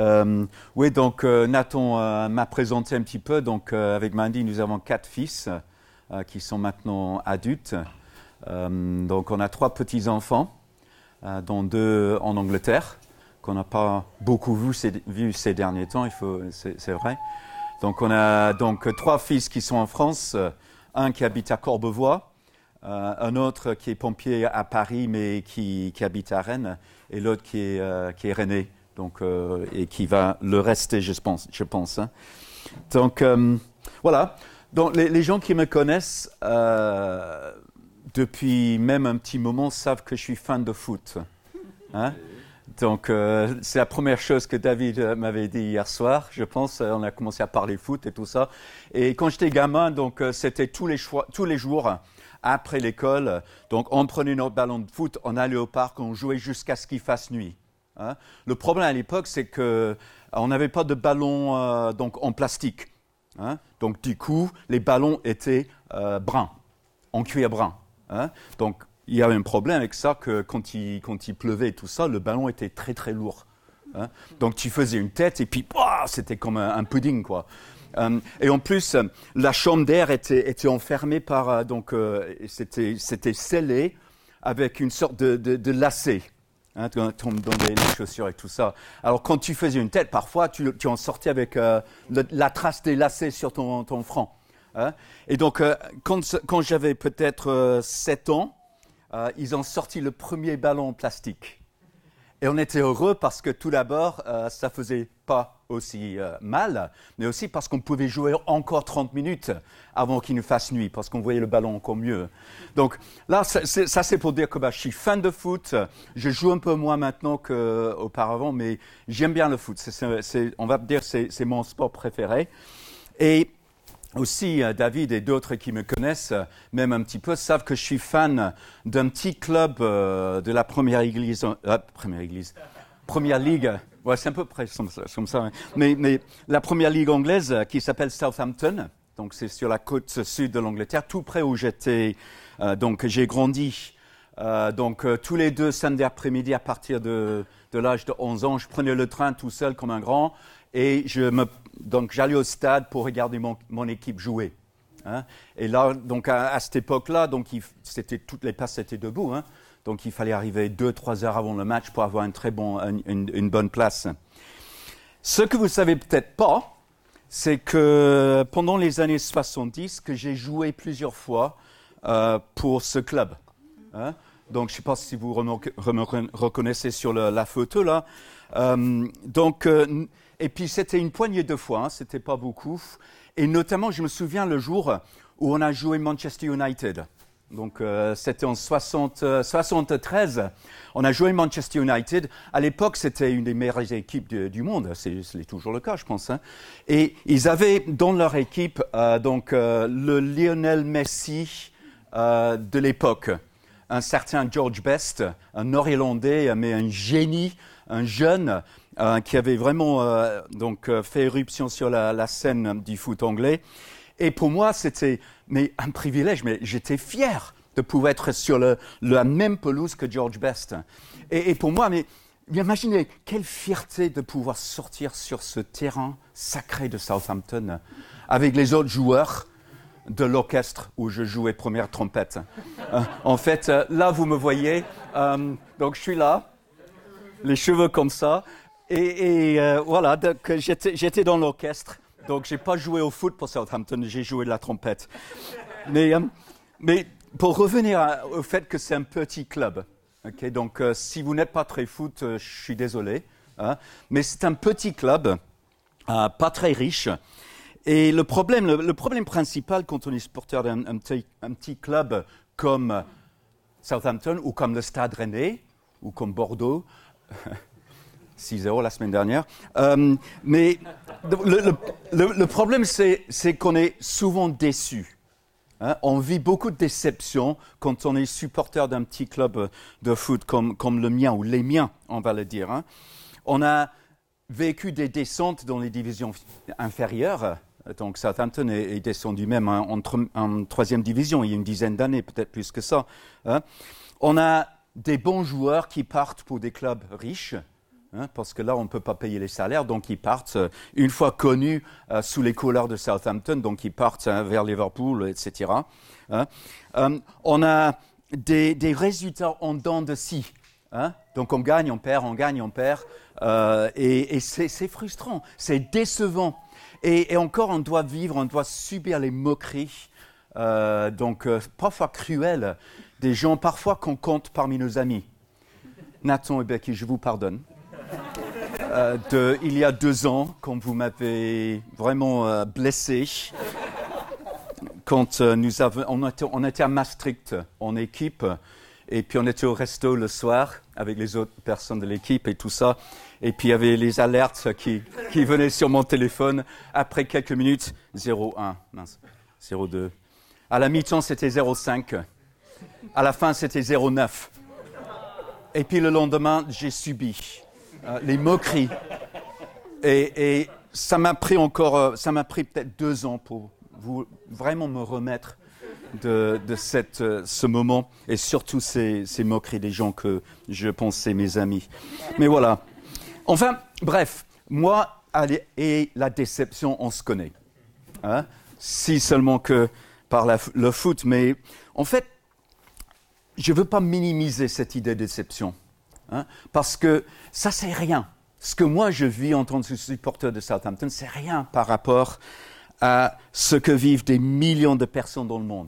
Oui, donc Nathan m'a présenté un petit peu. Donc avec Mandy, nous avons 4 fils qui sont maintenant adultes. Donc on a 3 petits-enfants, dont 2 en Angleterre, qu'on n'a pas beaucoup vu ces derniers temps, c'est vrai. Donc on a donc 3 fils qui sont en France, un qui habite à Courbevoie, un autre qui est pompier à Paris mais qui habite à Rennes, et l'autre qui est rennais. Donc, et qui va le rester, je pense. Hein. Donc, voilà. Donc, les gens qui me connaissent depuis même un petit moment savent que je suis fan de foot. Hein. Donc, c'est la première chose que David m'avait dit hier soir, je pense. On a commencé à parler foot et tout ça. Et quand j'étais gamin, donc, c'était tous les jours, après l'école. Donc, on prenait notre ballon de foot, on allait au parc, on jouait jusqu'à ce qu'il fasse nuit. Hein. Le problème à l'époque, c'est qu'on n'avait pas de ballon donc en plastique. Hein. Donc, du coup, les ballons étaient bruns, en cuir brun. Hein. Donc, il y avait un problème avec ça, que quand il pleuvait et tout ça, le ballon était très, très lourd. Hein. Donc, tu faisais une tête et puis, c'était comme un pudding, quoi. Et en plus, la chambre d'air était enfermée par... c'était scellé avec une sorte de lacet. Hein, dans les chaussures et tout ça. Alors, quand tu faisais une tête, parfois, tu en sortais avec la trace des lacets sur ton front. Hein. Et donc, quand j'avais peut-être 7 ans, ils ont sorti le premier ballon en plastique. Et on était heureux parce que tout d'abord, ça faisait pas aussi mal, mais aussi parce qu'on pouvait jouer encore 30 minutes avant qu'il nous fasse nuit, parce qu'on voyait le ballon encore mieux. Donc là, ça c'est pour dire que je suis fan de foot. Je joue un peu moins maintenant qu'auparavant, mais j'aime bien le foot. On va dire que c'est mon sport préféré. Et aussi, David et d'autres qui me connaissent, même un petit peu, savent que je suis fan d'un petit club de la Première Ligue. Ouais, c'est à peu près comme ça. Hein. Mais la Première Ligue anglaise qui s'appelle Southampton. Donc, c'est sur la côte sud de l'Angleterre, tout près où j'étais. Donc, j'ai grandi. Tous les 2 samedis après-midi, à partir de l'âge de 11 ans, je prenais le train tout seul comme un grand. Et donc, j'allais au stade pour regarder mon équipe jouer. Hein. Et là, donc, à cette époque-là, donc, toutes les places étaient debout. Hein. Donc, il fallait arriver 2-3 heures avant le match pour avoir une bonne place. Ce que vous ne savez peut-être pas, c'est que pendant les années 70, que j'ai joué plusieurs fois pour ce club. Hein. Donc, je ne sais pas si vous reconnaissez sur la photo là. Et puis, c'était une poignée de fois, hein, c'était pas beaucoup. Et notamment, je me souviens le jour où on a joué Manchester United. Donc, c'était en 73. On a joué Manchester United. À l'époque, c'était une des meilleures équipes du monde. C'est toujours le cas, je pense. Hein. Et ils avaient dans leur équipe le Lionel Messi de l'époque. Un certain George Best, un Nord-Irlandais, mais un génie, un jeune qui avait vraiment fait éruption sur la scène du foot anglais. Et pour moi, c'était un privilège, mais j'étais fier de pouvoir être sur la même pelouse que George Best. Et pour moi, mais imaginez, quelle fierté de pouvoir sortir sur ce terrain sacré de Southampton avec les autres joueurs de l'orchestre où je jouais première trompette. En fait, là, vous me voyez, donc je suis là, les cheveux comme ça, et voilà, donc, j'étais dans l'orchestre, donc j'ai pas joué au foot pour Southampton, j'ai joué de la trompette. Mais pour revenir au fait que c'est un petit club, okay, donc si vous n'êtes pas très foot, je suis désolé, hein, mais c'est un petit club, pas très riche. Et le problème principal quand on est supporter d'un petit club comme Southampton ou comme le Stade Rennais ou comme Bordeaux, 6-0 la semaine dernière, mais le problème c'est qu'on est souvent déçu. Hein, on vit beaucoup de déceptions quand on est supporter d'un petit club de foot comme le mien ou les miens, on va le dire. Hein. On a vécu des descentes dans les divisions inférieures. Donc Southampton est descendu même en 3e division il y a une dizaine d'années, peut-être plus que ça. Hein. On a des bons joueurs qui partent pour des clubs riches, parce que là, on ne peut pas payer les salaires, donc ils partent, une fois connus sous les couleurs de Southampton, donc ils partent vers Liverpool, etc. On a des résultats en dents de scie. Donc on gagne, on perd, on gagne, on perd. Et c'est frustrant, c'est décevant. Et encore, on doit subir les moqueries, parfois cruelles, des gens parfois qu'on compte parmi nos amis. Nathan et Becky, je vous pardonne. Il y a 2 ans, quand vous m'avez vraiment blessé, quand on était à Maastricht en équipe, et puis on était au resto le soir avec les autres personnes de l'équipe et tout ça, et puis il y avait les alertes qui venaient sur mon téléphone. Après quelques minutes, 0,1, 0,2. À la mi-temps, c'était 0,5. À la fin, c'était 0,9. Et puis le lendemain, j'ai subi les moqueries. Et ça m'a pris peut-être 2 ans pour vraiment me remettre de ce moment, et surtout ces moqueries des gens que je pensais mes amis. Mais voilà. Enfin, bref, moi et la déception, on se connaît. Si seulement que par le foot. Mais en fait, je ne veux pas minimiser cette idée de déception. Parce que ça, c'est rien. Ce que moi, je vis en tant que supporter de Southampton, c'est rien par rapport à ce que vivent des millions de personnes dans le monde.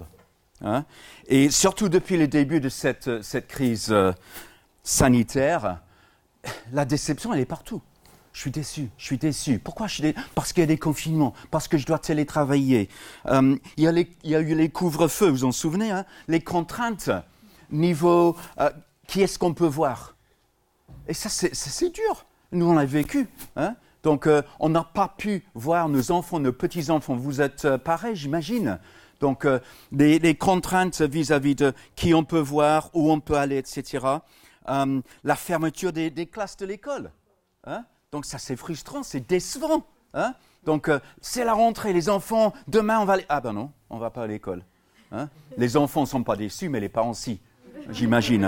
Et surtout depuis le début de cette crise sanitaire, la déception, elle est partout. Je suis déçu. Pourquoi Parce qu'il y a des confinements, parce que je dois télétravailler. Il y a eu les couvre-feux, vous vous en souvenez, les contraintes niveau qui est-ce qu'on peut voir. Et ça, c'est dur. Nous, on l'a vécu. Donc, on n'a pas pu voir nos enfants, nos petits-enfants. Vous êtes pareil, j'imagine. Donc, les contraintes vis-à-vis de qui on peut voir, où on peut aller, etc. La fermeture des classes de l'école. Donc, ça, c'est frustrant, c'est décevant. Donc, c'est la rentrée, les enfants, demain, on va aller... Ah ben non, on ne va pas à l'école. Les enfants ne sont pas déçus, mais les parents, si, j'imagine.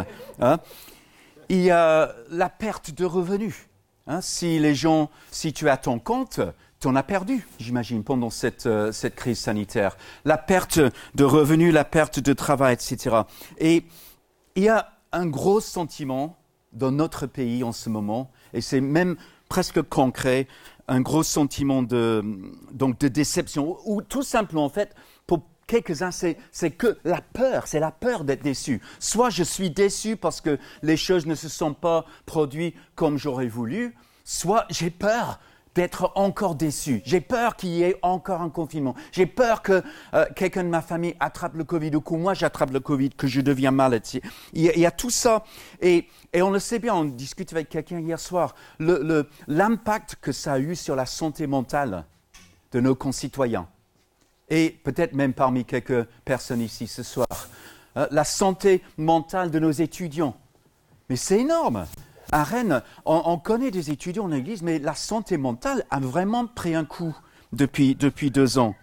Il y a la perte de revenus. Si tu as ton compte, tu en as perdu, j'imagine, pendant cette crise sanitaire. La perte de revenus, la perte de travail, etc. Et il y a un gros sentiment dans notre pays en ce moment, et c'est même presque concret, un gros sentiment de déception, ou tout simplement, en fait, pour quelques-uns, c'est que la peur, c'est la peur d'être déçu. Soit je suis déçu parce que les choses ne se sont pas produites comme j'aurais voulu, soit j'ai peur d'être encore déçu. J'ai peur qu'il y ait encore un confinement. J'ai peur que quelqu'un de ma famille attrape le Covid, ou que moi j'attrape le Covid, que je deviens malade. Il y a tout ça. Et on le sait bien, on discute avec quelqu'un hier soir, l'impact que ça a eu sur la santé mentale de nos concitoyens. Et peut-être même parmi quelques personnes ici ce soir. La santé mentale de nos étudiants. Mais c'est énorme. À Rennes, on connaît des étudiants en église, mais la santé mentale a vraiment pris un coup depuis 2 ans.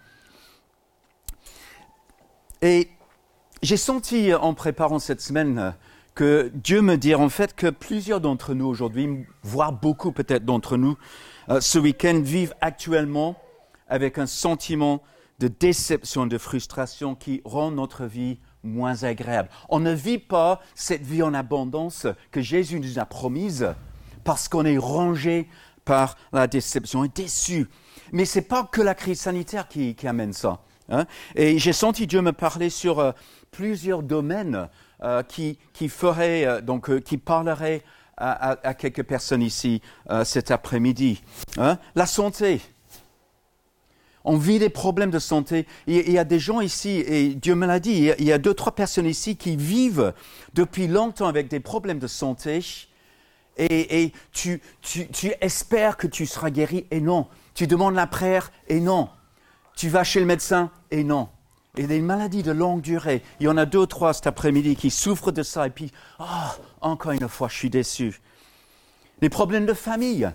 Et j'ai senti en préparant cette semaine que Dieu me dit en fait que plusieurs d'entre nous aujourd'hui, voire beaucoup peut-être d'entre nous, ce week-end vivent actuellement avec un sentiment de déception, de frustration qui rend notre vie moins agréable. On ne vit pas cette vie en abondance que Jésus nous a promise parce qu'on est rongé par la déception et déçu. Mais ce n'est pas que la crise sanitaire qui amène ça. Et j'ai senti Dieu me parler sur plusieurs domaines qui parleraient à quelques personnes ici cet après-midi. La santé. On vit des problèmes de santé. Il y a des gens ici, et Dieu me l'a dit, il y a 2-3 personnes ici qui vivent depuis longtemps avec des problèmes de santé, et tu espères que tu seras guéri, et non. Tu demandes la prière, et non. Tu vas chez le médecin, et non. Et des maladies de longue durée. Il y en a 2 ou 3 cet après-midi qui souffrent de ça, et puis, encore une fois, je suis déçu. Les problèmes de famille.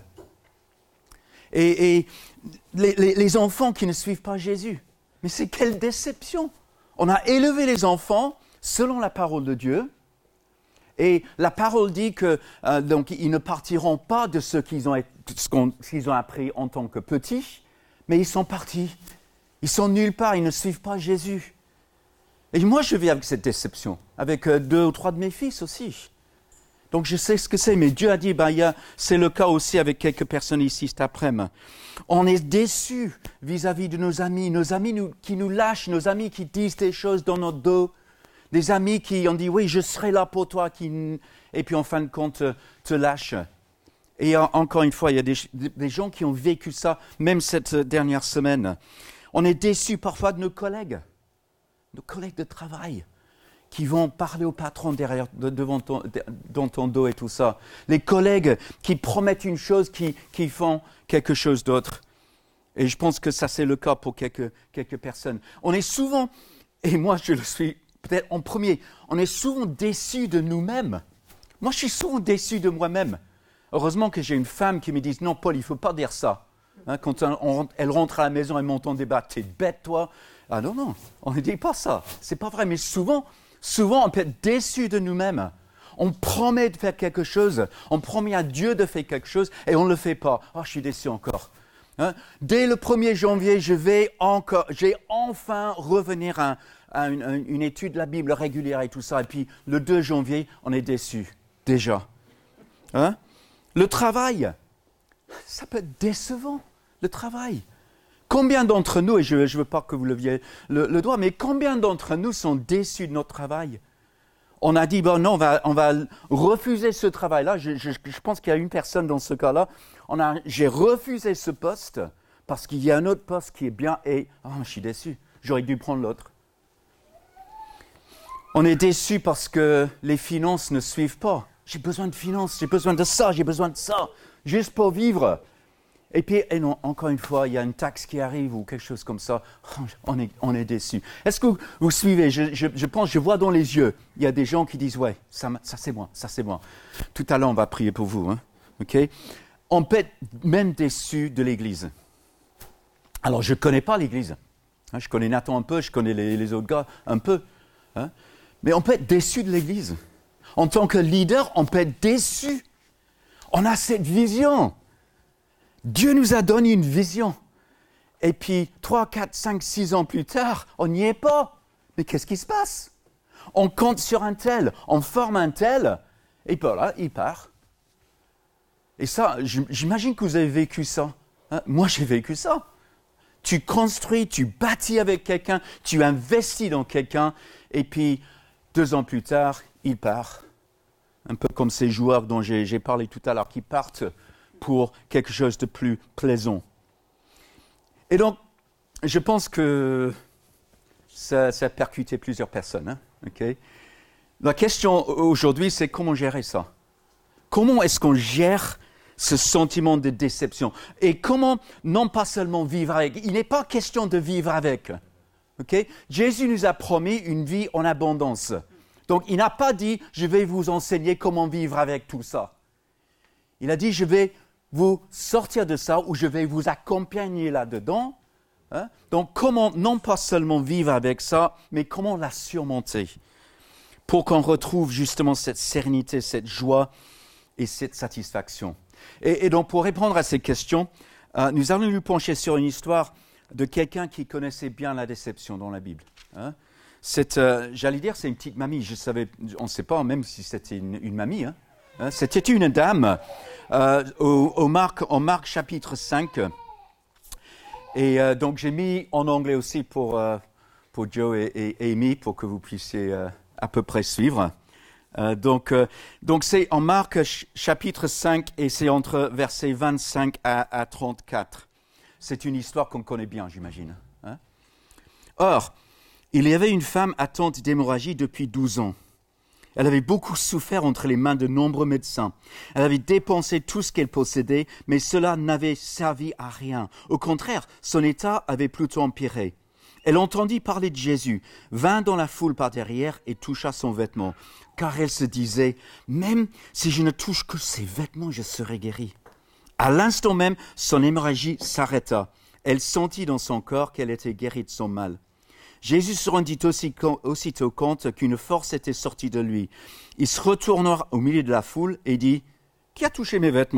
Et les enfants qui ne suivent pas Jésus. Mais c'est quelle déception! On a élevé les enfants selon la parole de Dieu, Et la parole dit que donc ils ne partiront pas de ce qu'ils ont appris en tant que petits, mais ils sont partis. Ils sont nulle part, ils ne suivent pas Jésus. Et moi, je vis avec cette déception, avec 2 ou 3 de mes fils aussi. Donc je sais ce que c'est, mais Dieu a dit, c'est le cas aussi avec quelques personnes ici cet après-midi. On est déçus vis-à-vis de nos amis qui nous lâchent, nos amis qui disent des choses dans notre dos, des amis qui ont dit, oui, je serai là pour toi, et puis en fin de compte te lâchent. Et encore une fois, il y a des gens qui ont vécu ça, même cette dernière semaine. On est déçus parfois de nos collègues de travail, qui vont parler au patron dans ton dos et tout ça. Les collègues qui promettent une chose, qui font quelque chose d'autre. Et je pense que ça, c'est le cas pour quelques personnes. On est souvent, et moi je le suis peut-être en premier, on est souvent déçus de nous-mêmes. Moi, je suis souvent déçu de moi-même. Heureusement que j'ai une femme qui me dit « Non, Paul, il ne faut pas dire ça. » Quand elle rentre à la maison, elle m'entend débattre. « T'es bête, toi ?» Ah non, on ne dit pas ça. C'est pas vrai, mais souvent, on peut être déçu de nous-mêmes. On promet de faire quelque chose, on promet à Dieu de faire quelque chose et on ne le fait pas. Oh, je suis déçu encore. Dès le 1er janvier, je vais enfin revenir à une étude de la Bible régulière et tout ça. Et puis, le 2 janvier, on est déçu, déjà. Le travail, ça peut être décevant, le travail. Combien d'entre nous, et je ne veux pas que vous leviez le doigt, mais combien d'entre nous sont déçus de notre travail? On a dit, non, on va refuser ce travail-là. Je pense qu'il y a une personne dans ce cas-là. J'ai refusé ce poste parce qu'il y a un autre poste qui est bien et je suis déçu. J'aurais dû prendre l'autre. On est déçu parce que les finances ne suivent pas. J'ai besoin de finances, j'ai besoin de ça, juste pour vivre. Et puis, non, encore une fois, il y a une taxe qui arrive ou quelque chose comme ça, on est déçu. Est-ce que vous suivez? Je pense, je vois dans les yeux, il y a des gens qui disent, ouais, ça c'est moi. Tout à l'heure, on va prier pour vous. Ok? On peut être même déçu de l'Église. Alors, je ne connais pas l'Église. Je connais Nathan un peu, je connais les autres gars un peu. Mais on peut être déçu de l'Église. En tant que leader, on peut être déçu. On a cette vision. Dieu nous a donné une vision. Et puis, 3, 4, 5, 6 ans plus tard, on n'y est pas. Mais qu'est-ce qui se passe? On compte sur un tel, on forme un tel, et voilà, il part. Et ça, j'imagine que vous avez vécu ça. Moi, j'ai vécu ça. Tu construis, tu bâtis avec quelqu'un, tu investis dans quelqu'un, et puis 2 ans plus tard, il part. Un peu comme ces joueurs dont j'ai parlé tout à l'heure, qui partent pour quelque chose de plus plaisant. Et donc, je pense que ça a percuté plusieurs personnes. Okay? La question aujourd'hui, c'est comment gérer ça? Comment est-ce qu'on gère ce sentiment de déception? Et comment, non pas seulement vivre avec, il n'est pas question de vivre avec. Okay? Jésus nous a promis une vie en abondance. Donc, il n'a pas dit, je vais vous enseigner comment vivre avec tout ça. Il a dit, je vais vous sortir de ça ou je vais vous accompagner là-dedans. Donc, comment non pas seulement vivre avec ça, mais comment la surmonter pour qu'on retrouve justement cette sérénité, cette joie et cette satisfaction. Et donc, pour répondre à ces questions, nous allons nous pencher sur une histoire de quelqu'un qui connaissait bien la déception dans la Bible. J'allais dire, c'est une petite mamie. On ne sait pas même si c'était une mamie. C'était une dame en Marc chapitre 5. Et donc j'ai mis en anglais aussi pour Joe et Amy pour que vous puissiez à peu près suivre. Donc c'est en Marc chapitre 5 et c'est entre versets 25 à 34. C'est une histoire qu'on connaît bien, j'imagine. Or, il y avait une femme atteinte d'hémorragie depuis 12 ans. Elle avait beaucoup souffert entre les mains de nombreux médecins. Elle avait dépensé tout ce qu'elle possédait, mais cela n'avait servi à rien. Au contraire, son état avait plutôt empiré. Elle entendit parler de Jésus, vint dans la foule par derrière et toucha son vêtement, car elle se disait, même si je ne touche que ses vêtements, je serai guérie. À l'instant même, son hémorragie s'arrêta. Elle sentit dans son corps qu'elle était guérie de son mal. Jésus se rendit aussitôt compte qu'une force était sortie de lui. Il se retourna au milieu de la foule et dit « Qui a touché mes vêtements ?»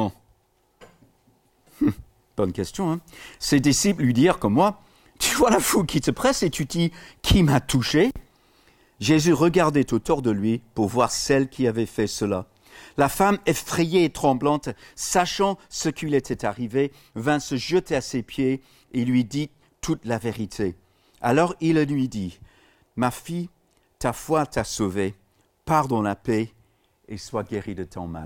Bonne question, hein. Ses disciples lui dirent comme moi « Tu vois la foule qui te presse et tu dis « Qui m'a touché ?» Jésus regardait autour de lui pour voir celle qui avait fait cela. La femme, effrayée et tremblante, sachant ce qui lui était arrivé, vint se jeter à ses pieds et lui dit toute la vérité. Alors il lui dit, « Ma fille, ta foi t'a sauvée, pars dans la paix et sois guérie de ton mal. »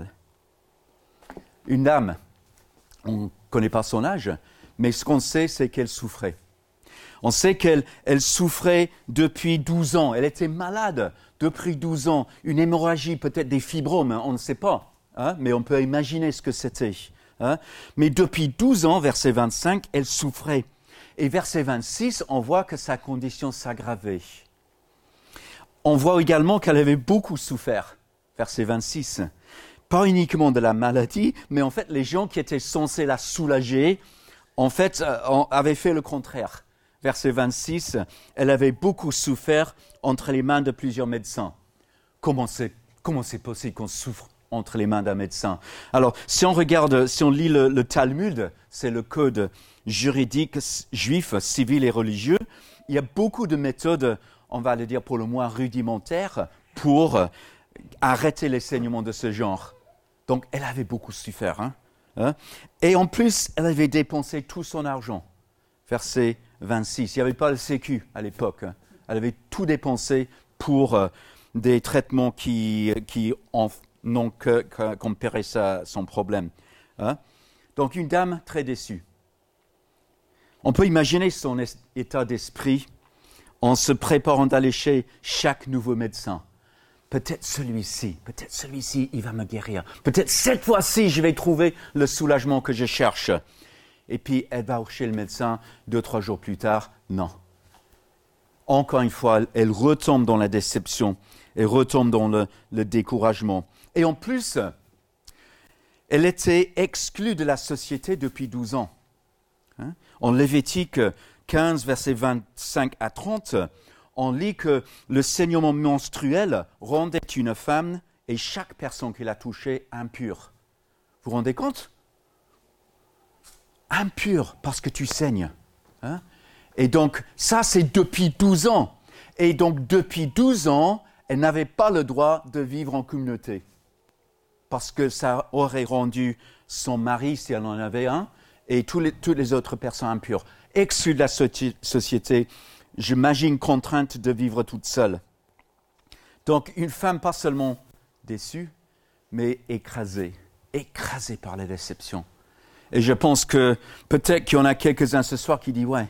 Une dame, on ne connaît pas son âge, mais ce qu'on sait, c'est qu'elle souffrait. On sait qu'elle souffrait depuis 12 ans. Elle était malade depuis 12 ans. Une hémorragie, peut-être des fibromes, on ne sait pas. Hein, mais on peut imaginer ce que c'était. Hein. Mais depuis 12 ans, verset 25, elle souffrait. Et verset 26, on voit que sa condition s'aggravait. On voit également qu'elle avait beaucoup souffert. Verset 26. Pas uniquement de la maladie, mais en fait, les gens qui étaient censés la soulager, en fait, avaient fait le contraire. Verset 26, elle avait beaucoup souffert entre les mains de plusieurs médecins. Comment c'est possible qu'on souffre entre les mains d'un médecin? Alors, si on lit le Talmud, c'est le code juridique juif, civil et religieux, il y a beaucoup de méthodes, on va le dire pour le moins rudimentaires, pour arrêter les saignements de ce genre. Donc, elle avait beaucoup souffert. Hein. Et en plus, elle avait dépensé tout son argent. Verset 26. Il n'y avait pas le Sécu à l'époque. Elle avait tout dépensé pour des traitements qui n'ont qu'empiré son problème. Hein? Donc, une dame très déçue. On peut imaginer son état d'esprit en se préparant d'aller chez chaque nouveau médecin. Peut-être celui-ci, il va me guérir. Peut-être cette fois-ci, je vais trouver le soulagement que je cherche. Et puis, elle va chez le médecin 2-3 jours plus tard. Non. Encore une fois, elle retombe dans la déception. Elle retombe dans le découragement. Et en plus, elle était exclue de la société depuis 12 ans. Hein? En Lévitique 15, versets 25 à 30, on lit que le saignement menstruel rendait une femme et chaque personne qui l'a touchée impure. Vous vous rendez compte ? Impur parce que tu saignes. Hein? Et donc, ça, c'est depuis 12 ans. Et donc, depuis 12 ans, elle n'avait pas le droit de vivre en communauté. Parce que ça aurait rendu son mari, si elle en avait un, et toutes les autres personnes impures. Exclue de la société, j'imagine contrainte de vivre toute seule. Donc, une femme pas seulement déçue, mais écrasée par la déception. Et je pense que peut-être qu'il y en a quelques-uns ce soir qui disent « Ouais,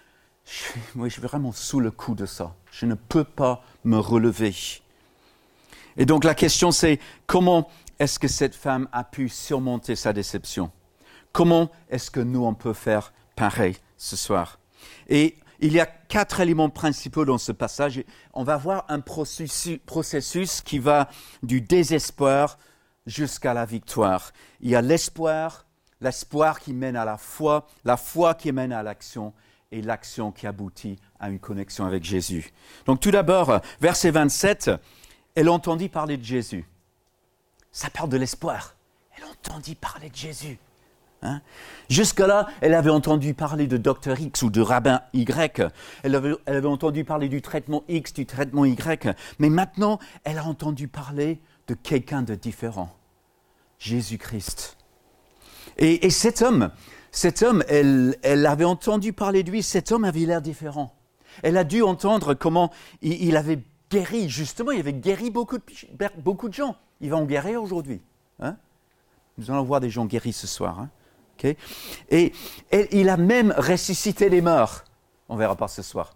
je suis vraiment sous le coup de ça. Je ne peux pas me relever. » Et donc la question c'est comment est-ce que cette femme a pu surmonter sa déception? Comment est-ce que nous on peut faire pareil ce soir? Et il y a 4 éléments principaux dans ce passage. On va voir un processus qui va du désespoir jusqu'à la victoire. Il y a l'espoir qui mène à la foi qui mène à l'action et l'action qui aboutit à une connexion avec Jésus. Donc tout d'abord, verset 27, elle entendit parler de Jésus. Ça parle de l'espoir. Elle entendit parler de Jésus. Hein? Jusque-là, elle avait entendu parler de docteur X ou de rabbin Y. Elle avait entendu parler du traitement X, du traitement Y. Mais maintenant, elle a entendu parler de quelqu'un de différent. Jésus-Christ. Et cet homme, elle avait entendu parler de lui, cet homme avait l'air différent. Elle a dû entendre comment il avait guéri, justement, il avait guéri beaucoup de gens. Il va en guérir aujourd'hui. Hein? Nous allons voir des gens guéris ce soir. Hein? Okay? Et il a même ressuscité les morts. On ne verra pas ce soir.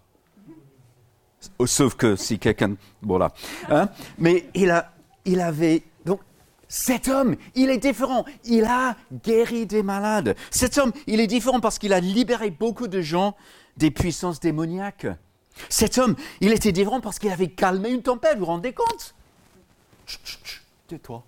Sauf que si quelqu'un... Bon là. Hein? Mais il avait... Donc, cet homme, il est différent. Il a guéri des malades. Cet homme, il est différent parce qu'il a libéré beaucoup de gens des puissances démoniaques. Cet homme, il était différent parce qu'il avait calmé une tempête. Vous vous rendez compte? Chut, tais-toi.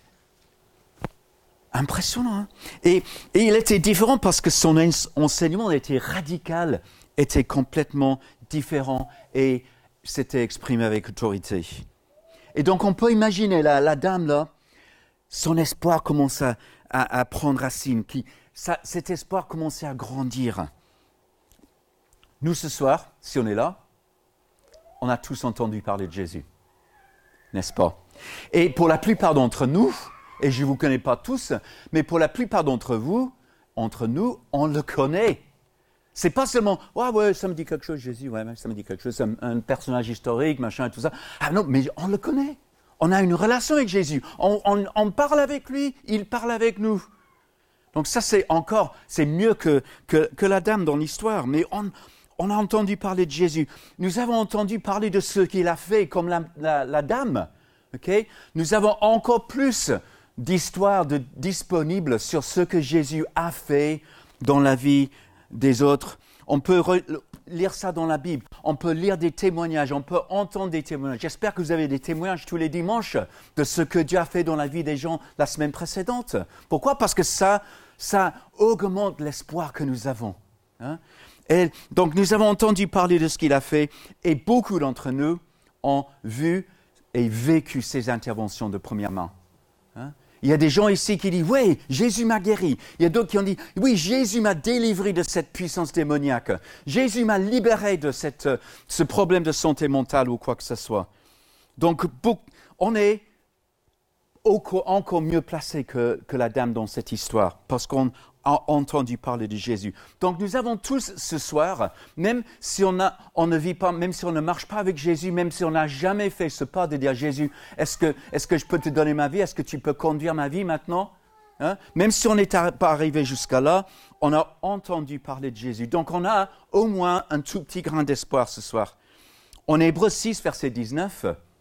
Impressionnant. Hein? Et il était différent parce que son enseignement était radical, était complètement différent et c'était exprimé avec autorité. Et donc on peut imaginer la dame là, son espoir commence à prendre racine, cet espoir commence à grandir. Nous ce soir, si on est là, on a tous entendu parler de Jésus, n'est-ce pas? Et pour la plupart d'entre nous, et je ne vous connais pas tous, mais pour la plupart d'entre nous, on le connaît. C'est pas seulement « ouais, ça me dit quelque chose, Jésus, ouais, ça me dit quelque chose, c'est un personnage historique, machin et tout ça. » Ah non, mais on le connaît. On a une relation avec Jésus. On parle avec lui, il parle avec nous. Donc ça, c'est mieux que la dame dans l'histoire. Mais on a entendu parler de Jésus. Nous avons entendu parler de ce qu'il a fait, comme la dame. Okay? Nous avons encore plus d'histoires disponibles sur ce que Jésus a fait dans la vie des autres. On peut lire ça dans la Bible. On peut lire des témoignages. On peut entendre des témoignages. J'espère que vous avez des témoignages tous les dimanches de ce que Dieu a fait dans la vie des gens la semaine précédente. Pourquoi? Parce que ça augmente l'espoir que nous avons. Hein? Et donc, nous avons entendu parler de ce qu'il a fait et beaucoup d'entre nous ont vu et vécu ses interventions de première main. Hein? Il y a des gens ici qui disent « Oui, Jésus m'a guéri ». Il y a d'autres qui ont dit « Oui, Jésus m'a délivré de cette puissance démoniaque. Jésus m'a libéré de ce problème de santé mentale ou quoi que ce soit. » Donc, on est encore mieux placé que la dame dans cette histoire parce qu'on a entendu parler de Jésus. Donc, nous avons tous ce soir, même si on ne vit pas, même si on ne marche pas avec Jésus, même si on n'a jamais fait ce pas de dire « Jésus, est-ce que je peux te donner ma vie? Est-ce que tu peux conduire ma vie maintenant ?» Hein? Même si on n'est pas arrivé jusqu'à là, on a entendu parler de Jésus. Donc, on a au moins un tout petit grain d'espoir ce soir. En Hébreux 6, verset 19,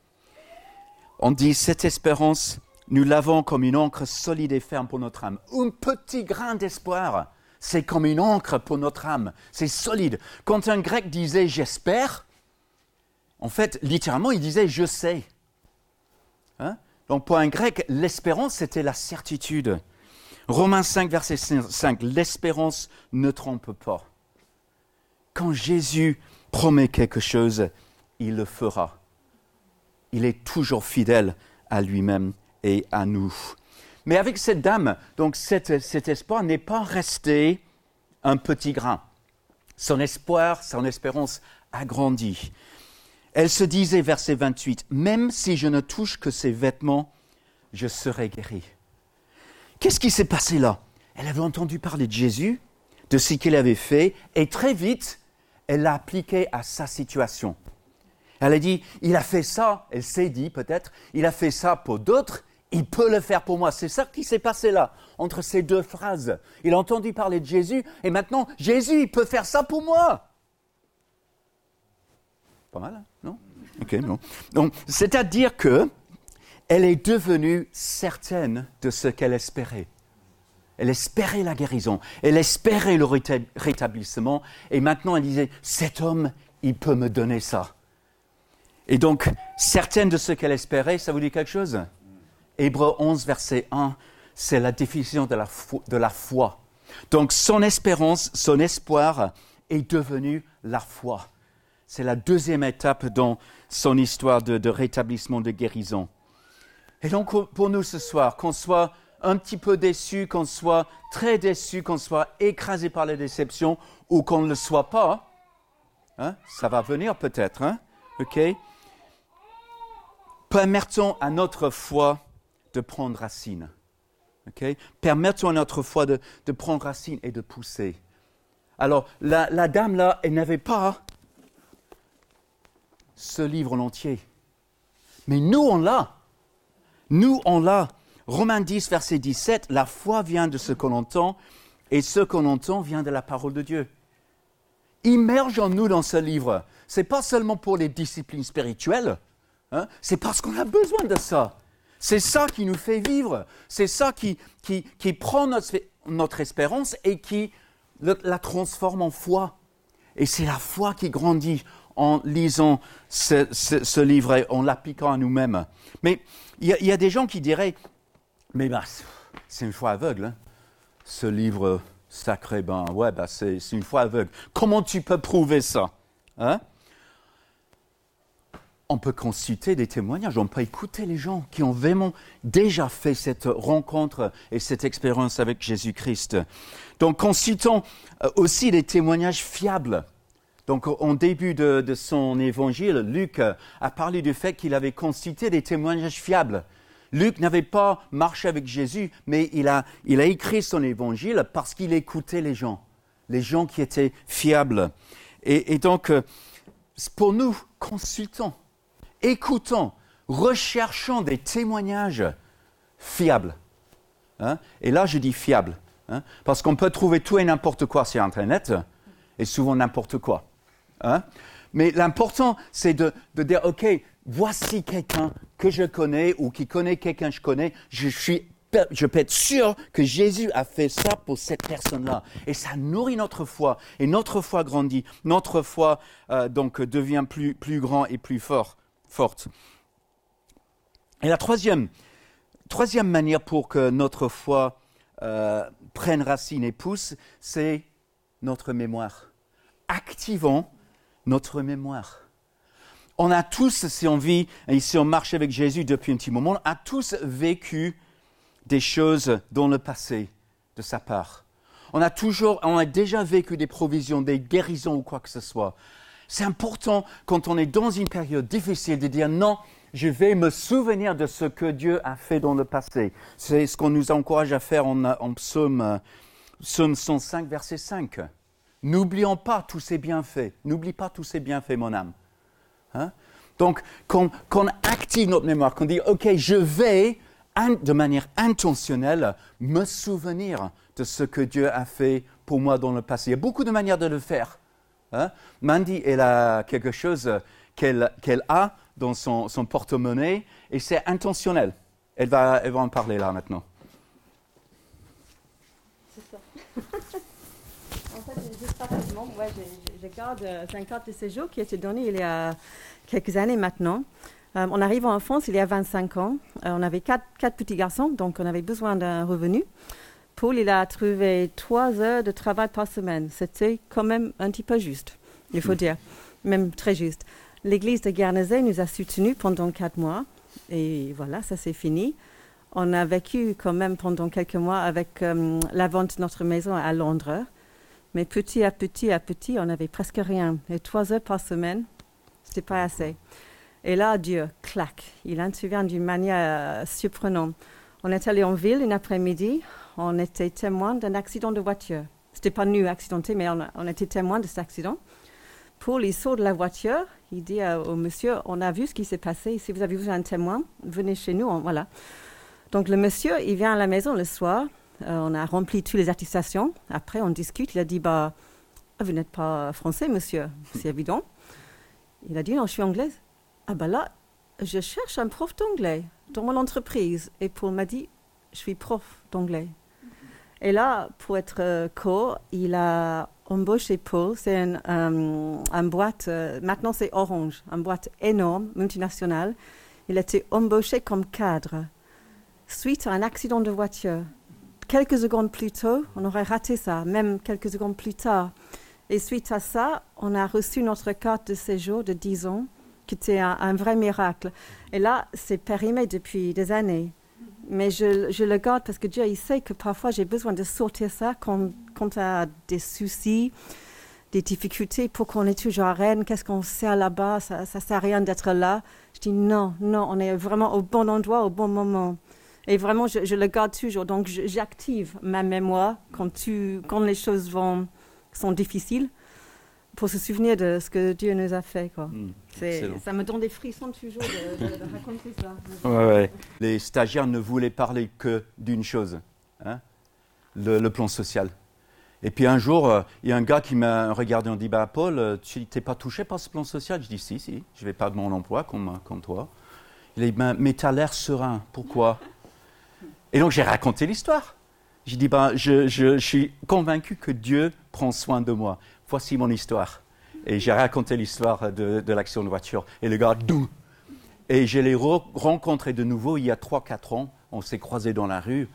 on dit « Cette espérance, nous l'avons comme une ancre solide et ferme pour notre âme. » Un petit grain d'espoir, c'est comme une ancre pour notre âme. C'est solide. Quand un Grec disait « j'espère », en fait, littéralement, il disait « je sais ». Hein? Donc pour un Grec, l'espérance, c'était la certitude. Romains 5, verset 5, l'espérance ne trompe pas. Quand Jésus promet quelque chose, il le fera. Il est toujours fidèle à lui-même et à nous. Mais avec cette dame, donc cet espoir n'est pas resté un petit grain. Son espoir, son espérance a grandi. Elle se disait, verset 28, « Même si je ne touche que ses vêtements, je serai guérie. » Qu'est-ce qui s'est passé là? Elle avait entendu parler de Jésus, de ce qu'il avait fait, et très vite, elle l'a appliqué à sa situation. Elle a dit, il a fait ça, elle s'est dit peut-être, il a fait ça pour d'autres, il peut le faire pour moi. C'est ça qui s'est passé là, entre ces deux phrases. Il a entendu parler de Jésus, et maintenant, Jésus, il peut faire ça pour moi. Pas mal, hein? Non? Ok, non. Donc, c'est-à-dire que elle est devenue certaine de ce qu'elle espérait. Elle espérait la guérison, elle espérait le rétablissement, et maintenant elle disait, cet homme, il peut me donner ça. Et donc, certaine de ce qu'elle espérait, ça vous dit quelque chose? Hébreux 11, verset 1, c'est la définition de la foi. Donc, son espérance, son espoir est devenu la foi. C'est la deuxième étape dans son histoire de rétablissement, de guérison. Et donc, pour nous ce soir, qu'on soit un petit peu déçu, qu'on soit très déçu, qu'on soit écrasé par la déception, ou qu'on ne le soit pas, hein, ça va venir peut-être, hein, ok? Permettons à notre foi de prendre racine. Okay? Permettons à notre foi de prendre racine et de pousser. Alors, la dame là, elle n'avait pas ce livre en entier. Mais nous, on l'a. Nous, on l'a. Romains 10, verset 17, la foi vient de ce qu'on entend, et ce qu'on entend vient de la parole de Dieu. Immergeons-nous dans ce livre. Ce n'est pas seulement pour les disciplines spirituelles, hein? C'est parce qu'on a besoin de ça. C'est ça qui nous fait vivre. C'est ça qui prend notre espérance et qui la transforme en foi. Et c'est la foi qui grandit en lisant ce livre et en l'appliquant à nous-mêmes. Mais il y a des gens qui diraient, mais c'est une foi aveugle, hein? Ce livre sacré, c'est une foi aveugle. Comment tu peux prouver ça? Hein? on peut consulter des témoignages, on peut écouter les gens qui ont vraiment déjà fait cette rencontre et cette expérience avec Jésus-Christ. Donc, consultons aussi des témoignages fiables. Donc, au début de son évangile, Luc a parlé du fait qu'il avait consulté des témoignages fiables. Luc n'avait pas marché avec Jésus, mais il a écrit son évangile parce qu'il écoutait les gens qui étaient fiables. Et donc, pour nous, consultons, écoutons, recherchons des témoignages fiables. Hein? Et là, je dis fiables, hein? Parce qu'on peut trouver tout et n'importe quoi sur Internet, et souvent n'importe quoi. Hein? Mais l'important, c'est de dire, OK, voici quelqu'un que je connais ou qui connaît quelqu'un que je connais. Je peux être sûr que Jésus a fait ça pour cette personne-là. Et ça nourrit notre foi. Et notre foi grandit. Notre foi donc devient plus grand et plus forte. Et la troisième manière pour que notre foi prenne racine et pousse, c'est notre mémoire. Activons notre mémoire. On a tous, si on vit, et si on marche avec Jésus depuis un petit moment, on a tous vécu des choses dans le passé de sa part. On a déjà vécu des provisions, des guérisons ou quoi que ce soit. C'est important quand on est dans une période difficile de dire non, je vais me souvenir de ce que Dieu a fait dans le passé. C'est ce qu'on nous encourage à faire en psaume 105, verset 5. N'oublions pas tous ces bienfaits. N'oublie pas tous ces bienfaits, mon âme. Hein? Donc, qu'on active notre mémoire, qu'on dit, OK, je vais, de manière intentionnelle, me souvenir de ce que Dieu a fait pour moi dans le passé. Il y a beaucoup de manières de le faire. Hein? Mandy, elle a quelque chose qu'elle a dans son porte-monnaie et c'est intentionnel. Elle va en parler là maintenant. C'est ça. En fait, juste rapidement, je garde une carte de séjour qui a été donnée il y a quelques années maintenant. On arrive en France il y a 25 ans. On avait quatre petits garçons, donc on avait besoin d'un revenu. Paul, il a trouvé 3 heures de travail par semaine. C'était quand même un petit peu juste, il faut dire, même très juste. L'église de Guernesey nous a soutenus pendant 4 mois. Et voilà, ça c'est fini. On a vécu quand même pendant quelques mois avec la vente de notre maison à Londres. Mais petit à petit, on n'avait presque rien. Et 3 heures par semaine, c'était pas assez. Et là, Dieu, clac, il intervient d'une manière surprenante. On est allé en ville une après-midi, on était témoin d'un accident de voiture. C'était pas nous accidentés, mais on était témoin de cet accident. Paul, il sort de la voiture, il dit au monsieur, on a vu ce qui s'est passé, si vous avez besoin d'un témoin, venez chez nous, voilà. Donc le monsieur, il vient à la maison le soir, on a rempli toutes les attestations, après on discute, il a dit, vous n'êtes pas français, monsieur, c'est évident. Il a dit, non, je suis anglaise. Ah là, je cherche un prof d'anglais dans mon entreprise. Et Paul m'a dit, je suis prof d'anglais. Et là, pour être court, il a embauché Paul. C'est une boîte, maintenant c'est Orange, une boîte énorme, multinationale. Il a été embauché comme cadre suite à un accident de voiture. Quelques secondes plus tôt, on aurait raté ça, même quelques secondes plus tard. Et suite à ça, on a reçu notre carte de séjour de 10 ans, qui était un vrai miracle. Et là, c'est périmé depuis des années. Mais je le garde parce que Dieu, il sait que parfois, j'ai besoin de sortir ça quand tu as des soucis, des difficultés, pour qu'on est toujours à Rennes. Qu'est-ce qu'on sert là-bas? Ça ne sert à rien d'être là. Je dis non, on est vraiment au bon endroit, au bon moment. Et vraiment, je le garde toujours. Donc, j'active ma mémoire quand les choses sont difficiles, pour se souvenir de ce que Dieu nous a fait, quoi. Ça me donne des frissons toujours de raconter ça. Ouais. Les stagiaires ne voulaient parler que d'une chose, hein, le plan social. Et puis un jour, il y a un gars qui m'a regardé et m'a dit, Paul, tu n'es pas touché par ce plan social? Je dis, si, je ne vais pas de mon emploi comme toi. Il a dit, mais tu as l'air serein, pourquoi? Et donc j'ai raconté l'histoire. J'ai dit, je suis convaincu que Dieu prend soin de moi. Voici mon histoire. Et j'ai raconté l'histoire de l'accident de voiture. Et le gars, doux. Et je l'ai rencontré de nouveau il y a 3-4 ans. On s'est croisés dans la rue.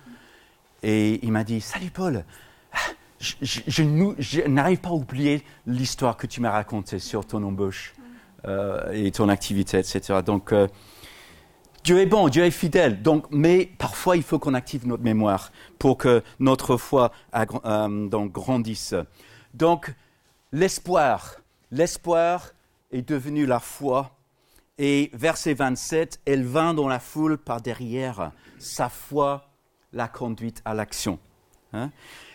Et il m'a dit, salut Paul, je n'arrive pas à oublier l'histoire que tu m'as racontée sur ton embauche et ton activité, etc. Donc, Dieu est bon, Dieu est fidèle. Donc, mais parfois, il faut qu'on active notre mémoire pour que notre foi donc, grandisse. Donc, l'espoir est devenu la foi. Et verset 27, elle vint dans la foule par derrière. Sa foi l'a conduite à l'action. Hein?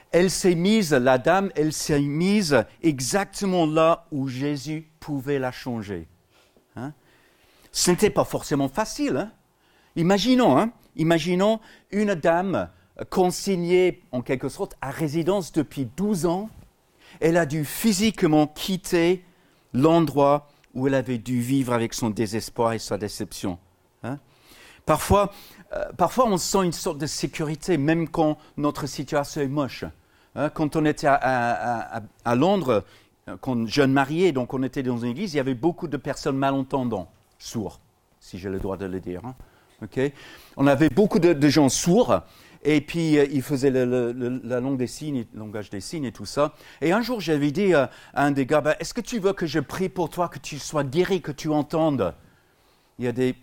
La dame, elle s'est mise exactement là où Jésus pouvait la changer. Hein? Ce n'était pas forcément facile. Hein? Imaginons une dame consignée en quelque sorte à résidence depuis 12 ans. Elle a dû physiquement quitter l'endroit où elle avait dû vivre avec son désespoir et sa déception. Hein? Parfois, on sent une sorte de sécurité, même quand notre situation est moche. Hein? Quand on était à Londres, quand jeune marié, donc on était dans une église, il y avait beaucoup de personnes malentendantes, sourds, si j'ai le droit de le dire. Hein? Okay? On avait beaucoup de gens sourds, et puis ils faisaient la langue des signes, le langage des signes et tout ça. Et un jour, j'avais dit à un des gars, est-ce que tu veux que je prie pour toi, que tu sois guéri, que tu entendes? Il y a des...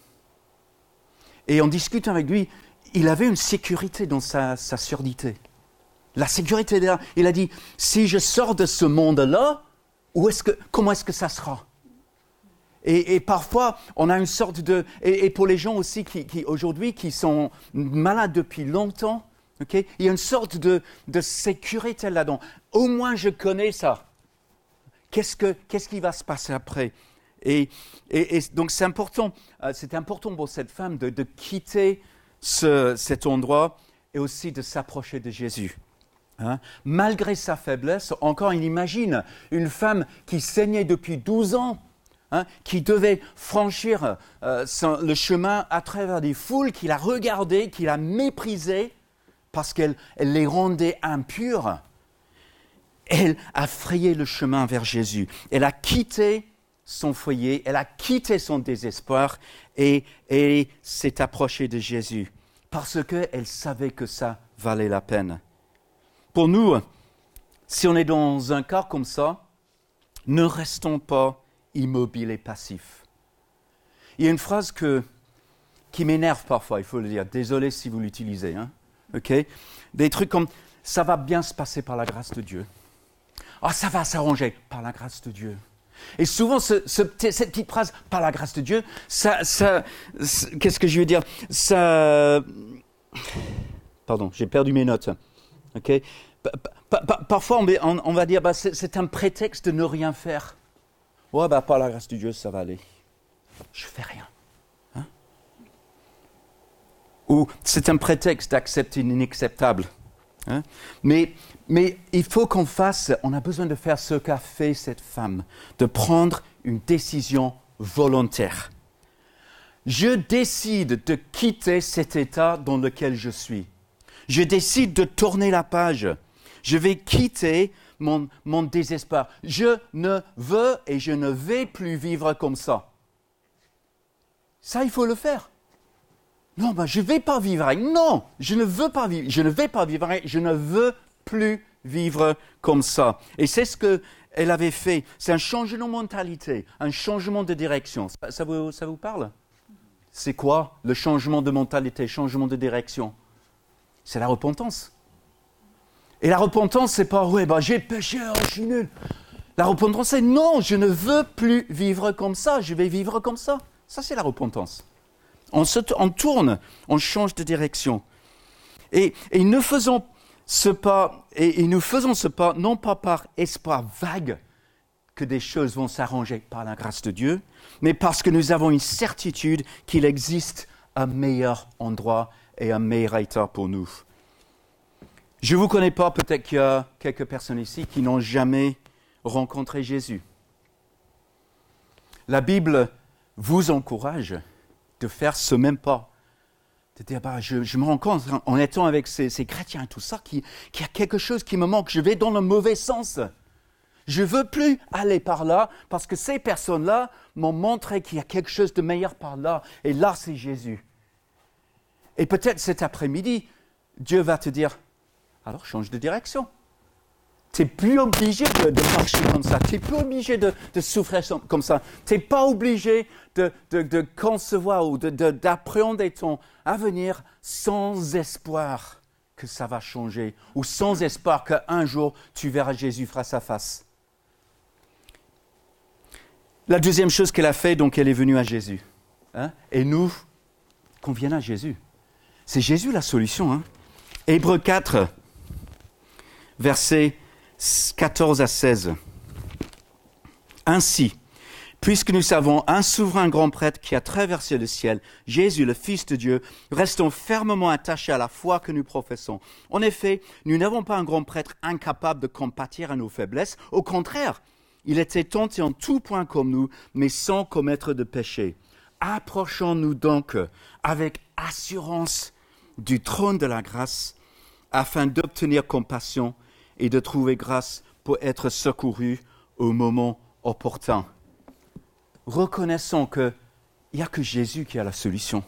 Et en discutant avec lui, il avait une sécurité dans sa surdité. La sécurité, il a dit, si je sors de ce monde-là, comment est-ce que ça sera? Et parfois, on a une sorte de... Et pour les gens aussi qui aujourd'hui, qui sont malades depuis longtemps, okay, il y a une sorte de sécurité là-dedans. Au moins, je connais ça. Qu'est-ce qui va se passer après? Et donc, c'est important pour cette femme de quitter cet endroit et aussi de s'approcher de Jésus. Hein? Malgré sa faiblesse, encore, il imagine une femme qui saignait depuis 12 ans, hein, qui devait franchir le chemin à travers des foules, qui la regardaient, qui la méprisaient, parce qu'elle les rendait impures. Elle a frayé le chemin vers Jésus. Elle a quitté son foyer, elle a quitté son désespoir et s'est approchée de Jésus, parce qu'elle savait que ça valait la peine. Pour nous, si on est dans un cas comme ça, ne restons pas immobile et passif. Il y a une phrase qui m'énerve parfois, il faut le dire. Désolé si vous l'utilisez. Hein? Okay? Des trucs comme « ça va bien se passer par la grâce de Dieu ». « Ah, ça va s'arranger par la grâce de Dieu ». Et souvent, cette petite phrase « par la grâce de Dieu », qu'est-ce que je veux dire? Pardon, j'ai perdu mes notes. Okay? Parfois, on va dire c'est un prétexte de ne rien faire. Ouais, par la grâce de Dieu, ça va aller. Je fais rien. Hein? Ou c'est un prétexte d'accepter l'inacceptable. Hein? Mais il faut on a besoin de faire ce qu'a fait cette femme, de prendre une décision volontaire. Je décide de quitter cet état dans lequel je suis. Je décide de tourner la page. Je vais quitter mon désespoir. Je ne veux et je ne vais plus vivre comme ça. Ça, il faut le faire. Non, je ne vais pas vivre avec. Non, je ne veux pas vivre. Je ne vais pas vivre avec. Je ne veux plus vivre comme ça. Et c'est ce qu'elle avait fait. C'est un changement de mentalité, un changement de direction. Ça vous parle? C'est quoi le changement de mentalité, changement de direction? C'est la repentance. Et la repentance, c'est pas, j'ai péché, je suis nul. La repentance, c'est non, je ne veux plus vivre comme ça, je vais vivre comme ça. Ça, c'est la repentance. On tourne, on change de direction. Et nous faisons ce pas, non pas par espoir vague que des choses vont s'arranger par la grâce de Dieu, mais parce que nous avons une certitude qu'il existe un meilleur endroit et un meilleur état pour nous. Je ne vous connais pas, peut-être qu'il y a quelques personnes ici qui n'ont jamais rencontré Jésus. La Bible vous encourage de faire ce même pas. De dire, je me rends compte, en étant avec ces chrétiens et tout ça, qu'il y a quelque chose qui me manque. Je vais dans le mauvais sens. Je ne veux plus aller par là parce que ces personnes-là m'ont montré qu'il y a quelque chose de meilleur par là. Et là, c'est Jésus. Et peut-être cet après-midi, Dieu va te dire, alors change de direction. Tu n'es plus obligé de marcher comme ça. Tu n'es plus obligé de souffrir comme ça. Tu n'es pas obligé de concevoir ou d'appréhender ton avenir sans espoir que ça va changer ou sans espoir qu'un jour tu verras Jésus face à face. La deuxième chose qu'elle a fait, donc elle est venue à Jésus. Hein? Et nous, qu'on vienne à Jésus. C'est Jésus la solution. Hein? Hébreux 4, versets 14 à 16. Ainsi, puisque nous avons un souverain grand prêtre qui a traversé le ciel, Jésus, le Fils de Dieu, restons fermement attachés à la foi que nous professons. En effet, nous n'avons pas un grand prêtre incapable de compatir à nos faiblesses. Au contraire, il était tenté en tout point comme nous, mais sans commettre de péché. Approchons-nous donc avec assurance du trône de la grâce, afin d'obtenir compassion et de trouver grâce pour être secouru au moment opportun. Reconnaissons qu'il n'y a que Jésus qui a la solution.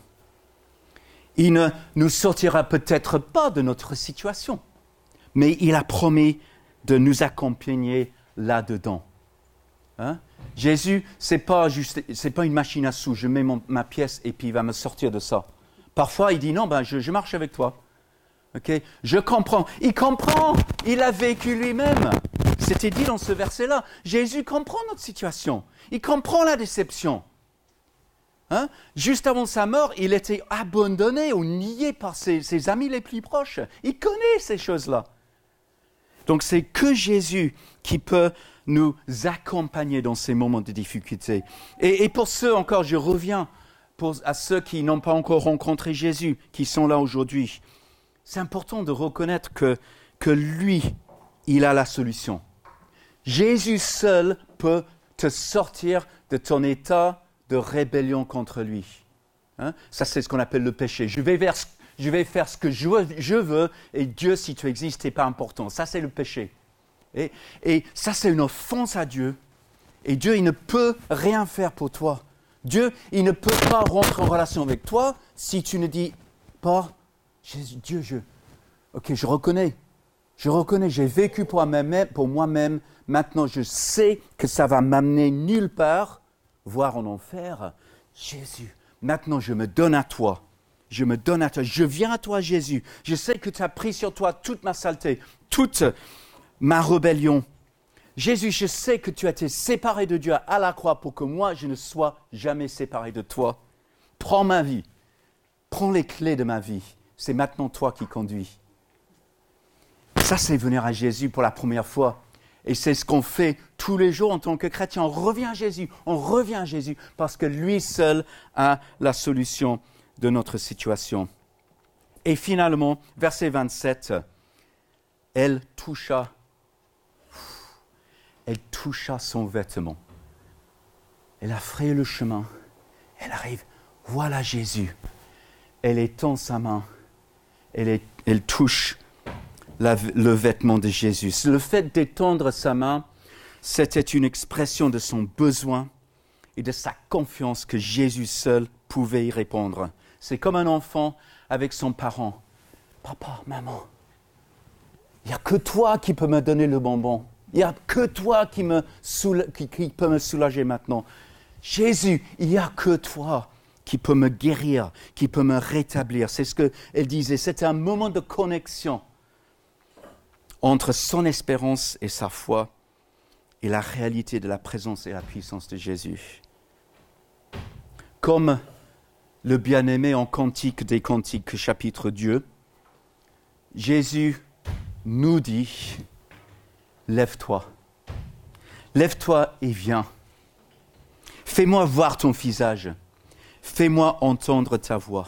Il ne nous sortira peut-être pas de notre situation, mais il a promis de nous accompagner là-dedans. Hein? Jésus, c'est pas une machine à sous, je mets ma pièce et puis il va me sortir de ça. Parfois, il dit non, je marche avec toi. Okay? Je comprends. Il comprend. Il a vécu lui-même. C'était dit dans ce verset-là. Jésus comprend notre situation. Il comprend la déception. Hein? Juste avant sa mort, il était abandonné ou nié par ses amis les plus proches. Il connaît ces choses-là. Donc c'est que Jésus qui peut nous accompagner dans ces moments de difficulté. Et pour ceux encore, je reviens à ceux qui n'ont pas encore rencontré Jésus, qui sont là aujourd'hui. C'est important de reconnaître que lui, il a la solution. Jésus seul peut te sortir de ton état de rébellion contre lui. Hein? Ça, c'est ce qu'on appelle le péché. Je vais faire ce que je veux et Dieu, si tu existes, n'est pas important. Ça, c'est le péché. Et ça, c'est une offense à Dieu. Et Dieu, il ne peut rien faire pour toi. Dieu, il ne peut pas rentrer en relation avec toi si tu ne dis pas Jésus, Dieu, je reconnais, j'ai vécu pour moi-même, maintenant je sais que ça va m'amener nulle part, voire en enfer. Jésus, maintenant je me donne à toi, je viens à toi Jésus, je sais que tu as pris sur toi toute ma saleté, toute ma rébellion. Jésus, je sais que tu as été séparé de Dieu à la croix pour que moi je ne sois jamais séparé de toi. Prends ma vie, prends les clés de ma vie. C'est maintenant toi qui conduis. Ça, c'est venir à Jésus pour la première fois. Et c'est ce qu'on fait tous les jours en tant que chrétien. On revient à Jésus parce que lui seul a la solution de notre situation. Et finalement, verset 27, elle toucha son vêtement. Elle a frayé le chemin. Elle arrive. Voilà Jésus. Elle étend sa main. Elle touche le vêtement de Jésus. Le fait d'étendre sa main, c'était une expression de son besoin et de sa confiance que Jésus seul pouvait y répondre. C'est comme un enfant avec son parent. Papa, maman, il n'y a que toi qui peux me donner le bonbon. Il n'y a que toi qui peut me soulager maintenant. Jésus, il n'y a que toi qui peut me guérir, qui peut me rétablir. C'est ce qu'elle disait. C'était un moment de connexion entre son espérance et sa foi et la réalité de la présence et la puissance de Jésus. Comme le bien-aimé en Cantique des Cantiques, chapitre 2, Jésus nous dit, lève-toi et viens. Fais-moi voir ton visage. Fais-moi entendre ta voix.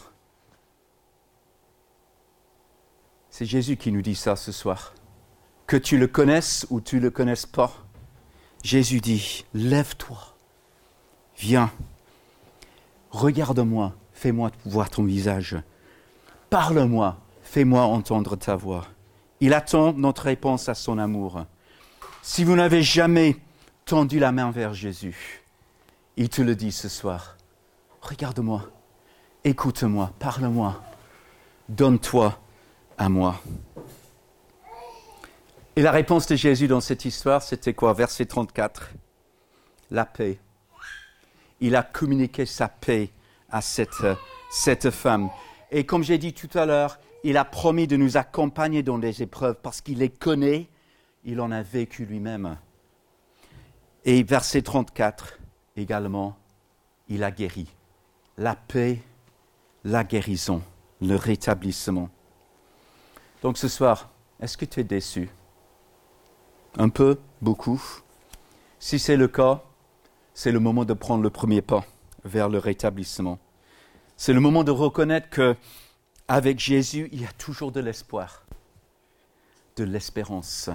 C'est Jésus qui nous dit ça ce soir. Que tu le connaisses ou tu ne le connaisses pas, Jésus dit, lève-toi, viens, regarde-moi, fais-moi voir ton visage. Parle-moi, fais-moi entendre ta voix. Il attend notre réponse à son amour. Si vous n'avez jamais tendu la main vers Jésus, il te le dit ce soir. Regarde-moi, écoute-moi, parle-moi, donne-toi à moi. Et la réponse de Jésus dans cette histoire, c'était quoi? Verset 34. La paix. Il a communiqué sa paix à cette femme. Et comme j'ai dit tout à l'heure, il a promis de nous accompagner dans les épreuves parce qu'il les connaît, il en a vécu lui-même. Et verset 34 également, il a guéri. La paix, la guérison, le rétablissement. Donc ce soir, est-ce que tu es déçu? Un peu, beaucoup. Si c'est le cas, c'est le moment de prendre le premier pas vers le rétablissement. C'est le moment de reconnaître qu'avec Jésus, il y a toujours de l'espoir, de l'espérance.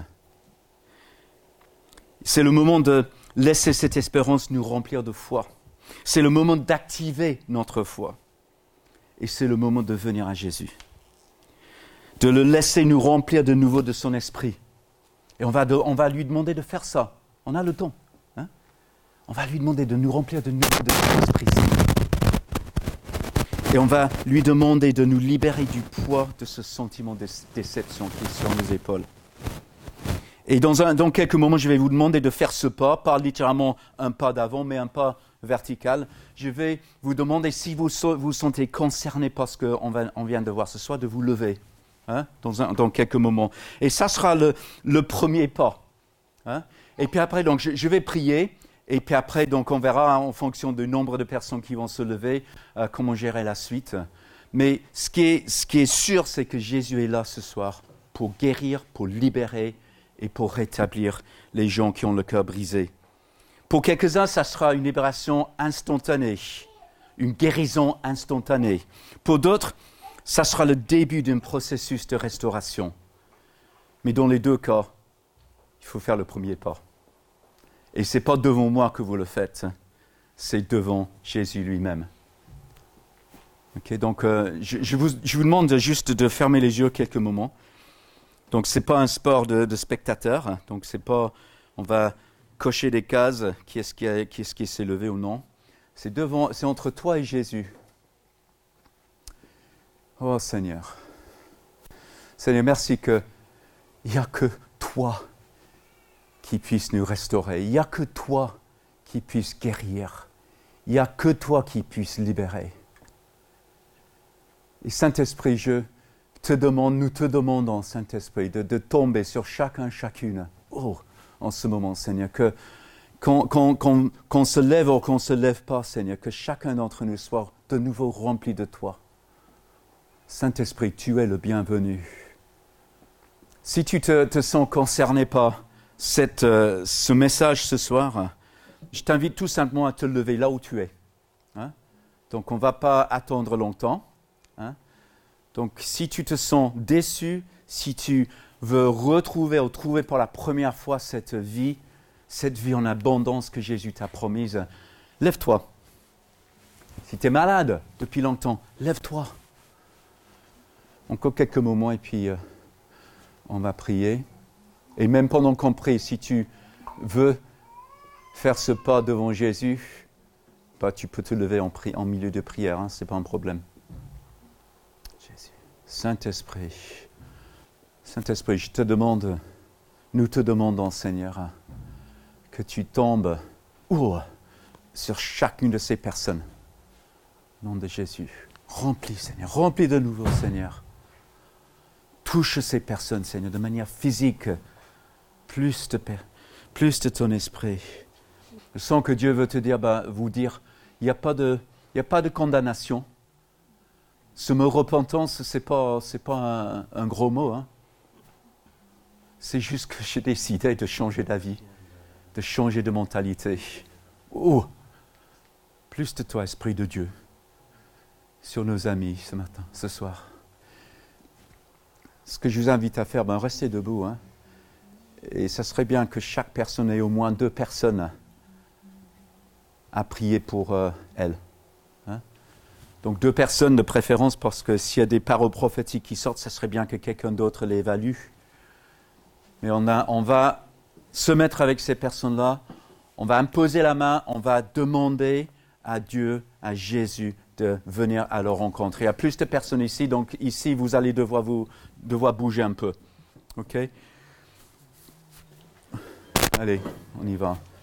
C'est le moment de laisser cette espérance nous remplir de foi. C'est le moment d'activer notre foi. Et c'est le moment de venir à Jésus. De le laisser nous remplir de nouveau de son esprit. Et on va lui demander de faire ça. On a le temps. Hein? On va lui demander de nous remplir de nouveau de son esprit. Et on va lui demander de nous libérer du poids de ce sentiment de déception qui est sur nos épaules. Et dans quelques moments, je vais vous demander de faire ce pas littéralement un pas d'avant, mais un pas vertical. Je vais vous demander, si vous vous sentez concerné par ce qu'on vient de voir ce soir, de vous lever. Hein, dans quelques moments. Et ça sera le premier pas. Hein. Et puis après, donc, je vais prier. Et puis après, donc, on verra en fonction du nombre de personnes qui vont se lever, comment gérer la suite. Mais ce qui est sûr, c'est que Jésus est là ce soir pour guérir, pour libérer et pour rétablir les gens qui ont le cœur brisé. Pour quelques-uns, ça sera une libération instantanée, une guérison instantanée. Pour d'autres, ça sera le début d'un processus de restauration. Mais dans les deux cas, il faut faire le premier pas. Et ce n'est pas devant moi que vous le faites, c'est devant Jésus lui-même. Okay, donc, je vous demande juste de fermer les yeux quelques moments. Donc, ce n'est pas un sport de spectateurs. Donc, c'est pas, on va cocher des cases, qui est-ce qui s'est levé ou non. C'est entre toi et Jésus. Oh Seigneur, merci qu'il n'y a que toi qui puisse nous restaurer. Il n'y a que toi qui puisse guérir. Il n'y a que toi qui puisse libérer. Et Saint-Esprit, nous te demandons, Saint-Esprit, de tomber sur chacune, en ce moment, Seigneur, qu'on se lève ou qu'on ne se lève pas, Seigneur, que chacun d'entre nous soit de nouveau rempli de toi. Saint-Esprit, tu es le bienvenu. Si tu te sens concerné par ce message ce soir, je t'invite tout simplement à te lever là où tu es. Hein? Donc, on ne va pas attendre longtemps. Hein? Donc, si tu te sens déçu, si tu veux retrouver ou trouver pour la première fois cette vie en abondance que Jésus t'a promise, lève-toi. Si tu es malade depuis longtemps, lève-toi. Encore quelques moments et puis on va prier. Et même pendant qu'on prie, si tu veux faire ce pas devant Jésus, tu peux te lever en milieu de prière, ce n'est pas un problème. Jésus. Saint-Esprit, nous te demandons, Seigneur, que tu tombes sur chacune de ces personnes. Au nom de Jésus. Remplis, Seigneur, remplis de nouveau, Seigneur. Touche ces personnes, Seigneur, de manière physique, plus de ton esprit. Je sens que Dieu veut te dire, vous dire, il n'y a pas de condamnation. Ce mot repentance, c'est pas un gros mot. Hein. C'est juste que j'ai décidé de changer d'avis, de changer de mentalité. Plus de toi, Esprit de Dieu, sur nos amis ce soir. Ce que je vous invite à faire, restez debout. Hein. Et ça serait bien que chaque personne ait au moins 2 personnes à prier pour elle. Hein. Donc 2 personnes de préférence, parce que s'il y a des paroles prophétiques qui sortent, ça serait bien que quelqu'un d'autre les évalue. Mais on va se mettre avec ces personnes-là, on va imposer la main, on va demander à Dieu, à Jésus, de venir à leur rencontre. Il y a plus de personnes ici, donc ici, vous allez devoir bouger un peu. OK? Allez, on y va.